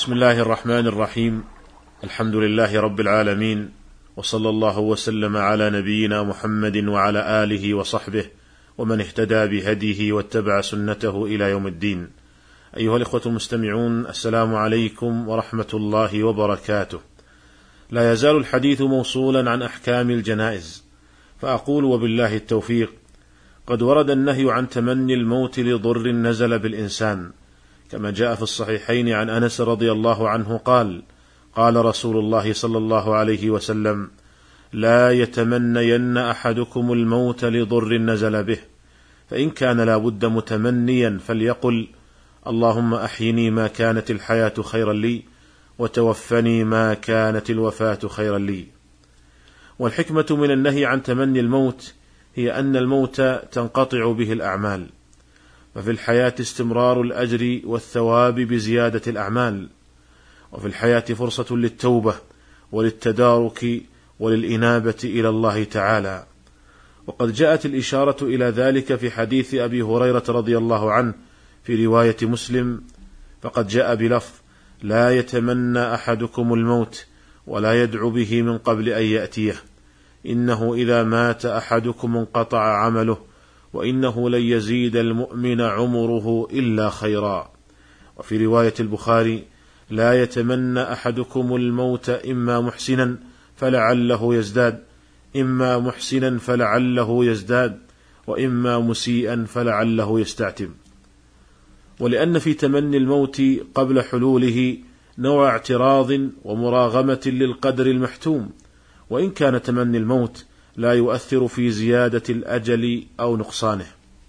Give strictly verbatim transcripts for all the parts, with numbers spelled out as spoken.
بسم الله الرحمن الرحيم. الحمد لله رب العالمين، وصلى الله وسلم على نبينا محمد وعلى آله وصحبه ومن اهتدى بهديه واتبع سنته إلى يوم الدين. أيها الإخوة المستمعون، السلام عليكم ورحمة الله وبركاته. لا يزال الحديث موصولا عن أحكام الجنائز، فأقول وبالله التوفيق: قد ورد النهي عن تمني الموت لضر نزل بالإنسان، كما جاء في الصحيحين عن أنس رضي الله عنه قال: قال رسول الله صلى الله عليه وسلم: لا يتمنين أحدكم الموت لضر نزل به، فإن كان لا بد متمنيا فليقل: اللهم أحيني ما كانت الحياة خيرا لي، وتوفني ما كانت الوفاة خيرا لي. والحكمة من النهي عن تمني الموت هي أن الموت تنقطع به الأعمال، ففي الحياة استمرار الأجر والثواب بزيادة الأعمال، وفي الحياة فرصة للتوبة وللتدارك وللإنابة إلى الله تعالى. وقد جاءت الإشارة إلى ذلك في حديث أبي هريرة رضي الله عنه في رواية مسلم، فقد جاء بلفظ: لا يتمنى أحدكم الموت ولا يدعو به من قبل أن يأتيه، إنه إذا مات أحدكم انقطع عمله، وإنه لن يزيد المؤمن عمره إلا خيرا. وفي رواية البخاري: لا يتمنى أحدكم الموت إما محسنا فلعله يزداد، إما محسنا فلعله يزداد، وإما مسيئا فلعله يستعتب. ولأن في تمني الموت قبل حلوله نوع اعتراض ومراغمة للقدر المحتوم، وإن كان تمني الموت لا يؤثر في زيادة الأجل أو نقصانه.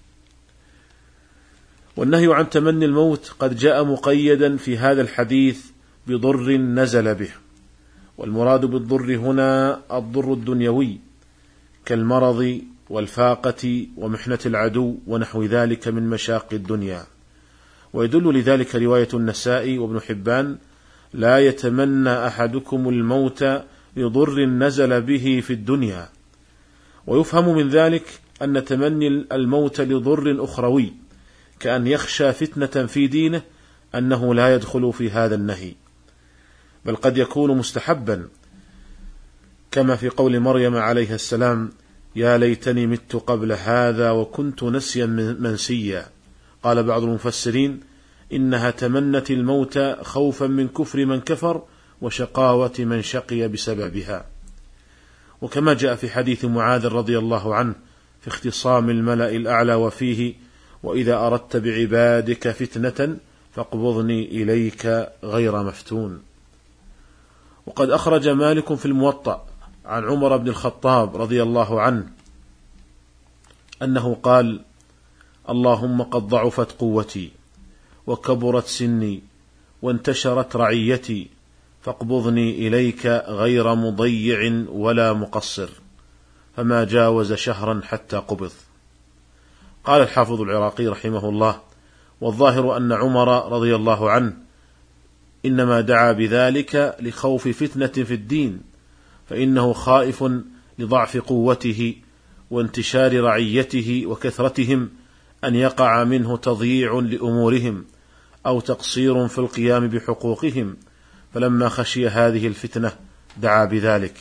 والنهي عن تمني الموت قد جاء مقيدا في هذا الحديث بضر نزل به، والمراد بالضر هنا الضر الدنيوي كالمرض والفاقة ومحنة العدو ونحو ذلك من مشاق الدنيا. ويدل لذلك رواية النسائي وابن حبان: لا يتمنى أحدكم الموت لضر نزل به في الدنيا. ويفهم من ذلك أن تمني الموت لضر أخروي كأن يخشى فتنة في دينه أنه لا يدخل في هذا النهي، بل قد يكون مستحبا، كما في قول مريم عليه السلام: يا ليتني مت قبل هذا وكنت نسيا منسيا. قال بعض المفسرين: إنها تمنت الموت خوفا من كفر من كفر وشقاوة من شقي بسببها. وكما جاء في حديث معاذ رضي الله عنه في اختصام الملأ الأعلى وفيه: وإذا أردت بعبادك فتنة فاقبضني إليك غير مفتون. وقد أخرج مالك في الموطأ عن عمر بن الخطاب رضي الله عنه أنه قال: اللهم قد ضعفت قوتي وكبرت سني وانتشرت رعيتي، فاقبضني إليك غير مضيع ولا مقصر، فما جاوز شهرا حتى قبض. قال الحافظ العراقي رحمه الله: والظاهر أن عمر رضي الله عنه إنما دعا بذلك لخوف فتنة في الدين، فإنه خائف لضعف قوته وانتشار رعيته وكثرتهم أن يقع منه تضييع لأمورهم أو تقصير في القيام بحقوقهم، فلما خشي هذه الفتنة دعا بذلك.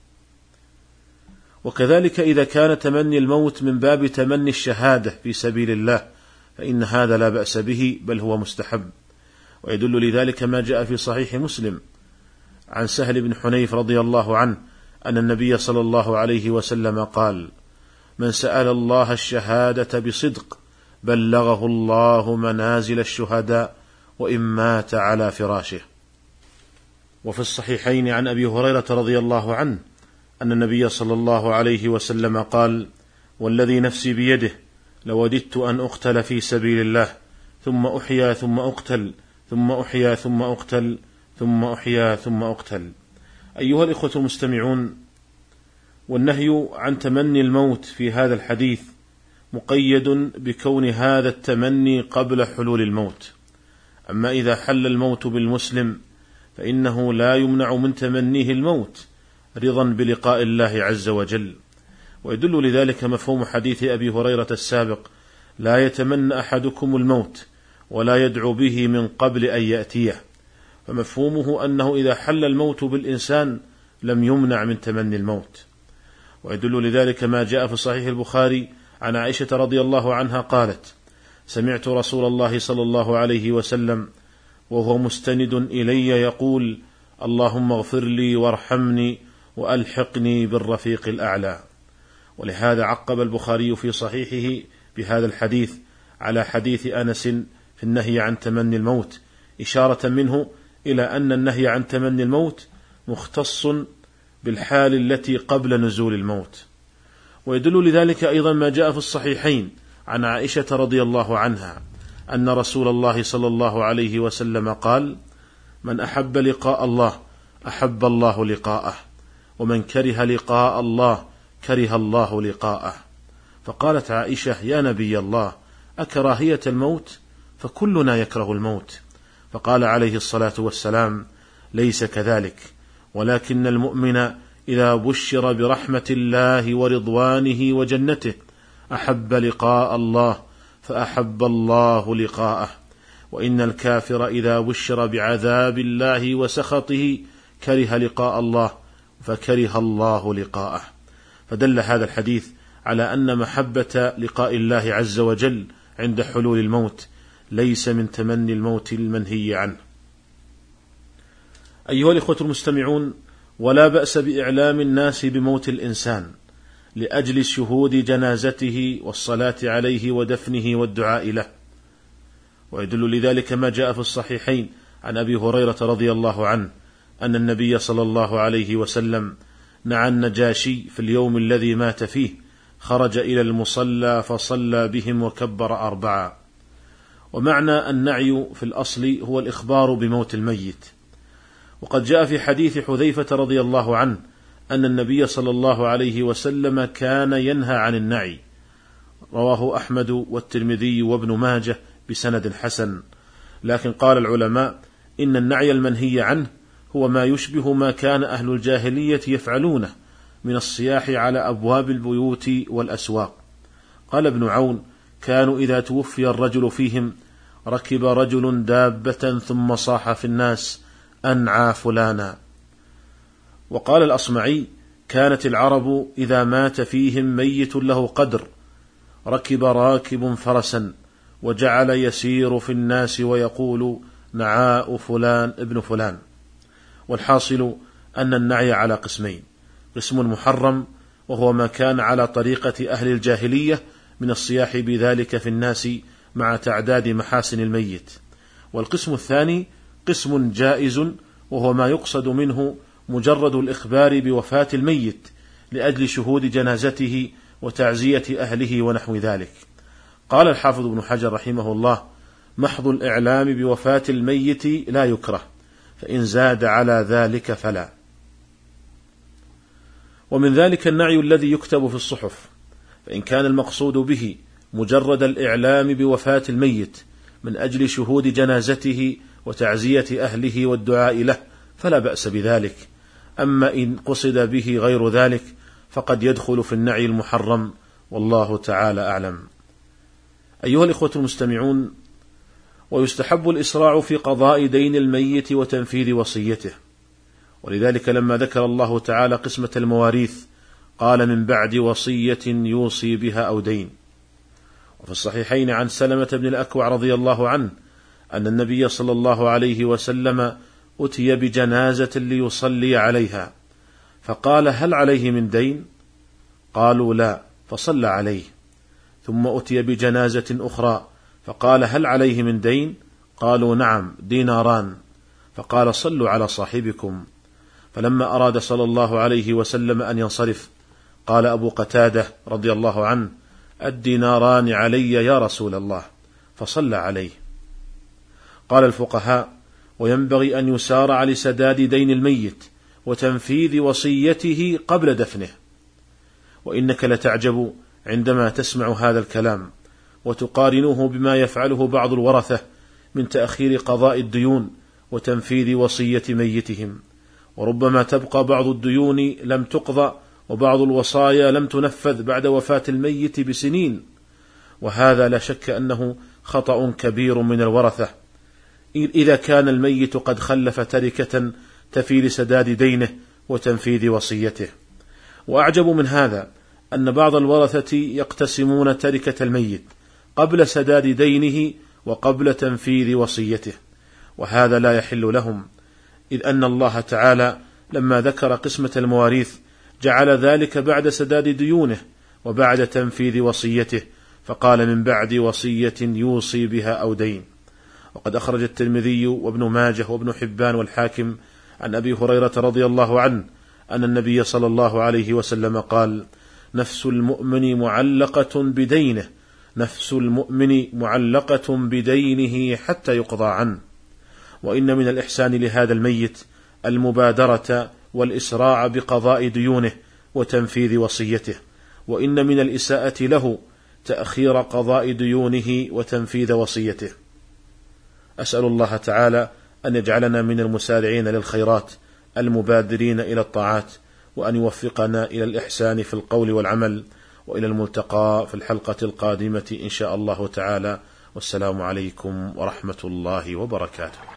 وكذلك إذا كان تمني الموت من باب تمني الشهادة في سبيل الله فإن هذا لا بأس به، بل هو مستحب. ويدل لذلك ما جاء في صحيح مسلم عن سهل بن حنيف رضي الله عنه أن النبي صلى الله عليه وسلم قال: من سأل الله الشهادة بصدق بلغه الله منازل الشهداء وإن مات على فراشه. وفي الصحيحين عن أبي هريرة رضي الله عنه أن النبي صلى الله عليه وسلم قال: والذي نفسي بيده لوددت أن أقتل في سبيل الله ثم أحيا ثم أقتل ثم أحيا ثم أقتل ثم أحيا ثم أقتل. أيها الإخوة المستمعون، والنهي عن تمني الموت في هذا الحديث مقيد بكون هذا التمني قبل حلول الموت. أما إذا حل الموت بالمسلم فإنه لا يمنع من تمنيه الموت رضا بلقاء الله عز وجل. ويدل لذلك مفهوم حديث أبي هريرة السابق: لا يتمنى أحدكم الموت ولا يدعو به من قبل أن يأتيه، فمفهومه أنه إذا حل الموت بالإنسان لم يمنع من تمني الموت. ويدل لذلك ما جاء في صحيح البخاري عن عائشة رضي الله عنها قالت: سمعت رسول الله صلى الله عليه وسلم وهو مستند إلي يقول: اللهم اغفر لي وارحمني وألحقني بالرفيق الأعلى. ولهذا عقب البخاري في صحيحه بهذا الحديث على حديث أنس في النهي عن تمني الموت، إشارة منه إلى أن النهي عن تمني الموت مختص بالحال التي قبل نزول الموت. ويدل لذلك أيضا ما جاء في الصحيحين عن عائشة رضي الله عنها أن رسول الله صلى الله عليه وسلم قال: من أحب لقاء الله أحب الله لقاءه، ومن كره لقاء الله كره الله لقاءه. فقالت عائشة: يا نبي الله، أكراهية الموت؟ فكلنا يكره الموت. فقال عليه الصلاة والسلام: ليس كذلك، ولكن المؤمن إذا بشر برحمة الله ورضوانه وجنته أحب لقاء الله فأحب الله لقاءه، وإن الكافر إذا بشر بعذاب الله وسخطه كره لقاء الله فكره الله لقاءه. فدل هذا الحديث على أن محبة لقاء الله عز وجل عند حلول الموت ليس من تمني الموت المنهي عنه. أيها الإخوة المستمعون، ولا بأس بإعلام الناس بموت الإنسان لأجل شهود جنازته والصلاة عليه ودفنه والدعاء له. ويدل لذلك ما جاء في الصحيحين عن أبي هريرة رضي الله عنه أن النبي صلى الله عليه وسلم نعى النجاشي في اليوم الذي مات فيه، خرج إلى المصلى فصلى بهم وكبر أربعا. ومعنى النعي في الأصل هو الإخبار بموت الميت. وقد جاء في حديث حذيفة رضي الله عنه أن النبي صلى الله عليه وسلم كان ينهى عن النعي، رواه أحمد والترمذي وابن ماجه بسند حسن. لكن قال العلماء إن النعي المنهي عنه هو ما يشبه ما كان أهل الجاهلية يفعلونه من الصياح على أبواب البيوت والأسواق. قال ابن عون: كانوا إذا توفي الرجل فيهم ركب رجل دابة ثم صاح في الناس: أنعى فلانا. وقال الأصمعي: كانت العرب إذا مات فيهم ميت له قدر ركب راكب فرسا وجعل يسير في الناس ويقول: نعاء فلان ابن فلان. والحاصل أن النعي على قسمين: قسم محرم وهو ما كان على طريقة أهل الجاهلية من الصياح بذلك في الناس مع تعداد محاسن الميت، والقسم الثاني قسم جائز وهو ما يقصد منه مجرد الإخبار بوفاة الميت لأجل شهود جنازته وتعزية أهله ونحو ذلك. قال الحافظ ابن حجر رحمه الله: محض الإعلام بوفاة الميت لا يكره، فإن زاد على ذلك فلا. ومن ذلك النعي الذي يكتب في الصحف، فإن كان المقصود به مجرد الإعلام بوفاة الميت من أجل شهود جنازته وتعزية أهله والدعاء له فلا بأس بذلك. أما إن قصد به غير ذلك فقد يدخل في النعي المحرم، والله تعالى أعلم. أيها الإخوة المستمعون، ويستحب الإسراع في قضاء دين الميت وتنفيذ وصيته. ولذلك لما ذكر الله تعالى قسمة المواريث قال: من بعد وصية يوصي بها أو دين. وفي الصحيحين عن سلمة بن الأكوع رضي الله عنه أن النبي صلى الله عليه وسلم أتي بجنازة ليصلي عليها، فقال: هل عليه من دين؟ قالوا: لا، فصلى عليه. ثم أتي بجنازة أخرى فقال: هل عليه من دين؟ قالوا: نعم، ديناران. فقال: صلوا على صاحبكم. فلما أراد صلى الله عليه وسلم أن ينصرف قال أبو قتادة رضي الله عنه: الديناران علي يا رسول الله، فصلى عليه. قال الفقهاء: وينبغي أن يسارع لسداد دين الميت وتنفيذ وصيته قبل دفنه. وإنك لتعجب عندما تسمع هذا الكلام وتقارنه بما يفعله بعض الورثة من تأخير قضاء الديون وتنفيذ وصية ميتهم، وربما تبقى بعض الديون لم تقضى وبعض الوصايا لم تنفذ بعد وفاة الميت بسنين، وهذا لا شك أنه خطأ كبير من الورثة، إذا كان الميت قد خلف تركة تفي لسداد دينه وتنفيذ وصيته. وأعجب من هذا أن بعض الورثة يقتسمون تركة الميت قبل سداد دينه وقبل تنفيذ وصيته، وهذا لا يحل لهم، إذ أن الله تعالى لما ذكر قسمة المواريث جعل ذلك بعد سداد ديونه وبعد تنفيذ وصيته، فقال من بعد وصية يوصي بها أو دين. وقد أخرج الترمذي وابن ماجه وابن حبان والحاكم عن أبي هريرة رضي الله عنه أن النبي صلى الله عليه وسلم قال: نفس المؤمن معلقة بدينه، نفس المؤمن معلقة بدينه حتى يقضى عنه. وإن من الإحسان لهذا الميت المبادرة والإسراع بقضاء ديونه وتنفيذ وصيته، وإن من الإساءة له تأخير قضاء ديونه وتنفيذ وصيته. أسأل الله تعالى أن يجعلنا من المسارعين للخيرات المبادرين إلى الطاعات، وأن يوفقنا إلى الإحسان في القول والعمل، وإلى الملتقى في الحلقة القادمة إن شاء الله تعالى. والسلام عليكم ورحمة الله وبركاته.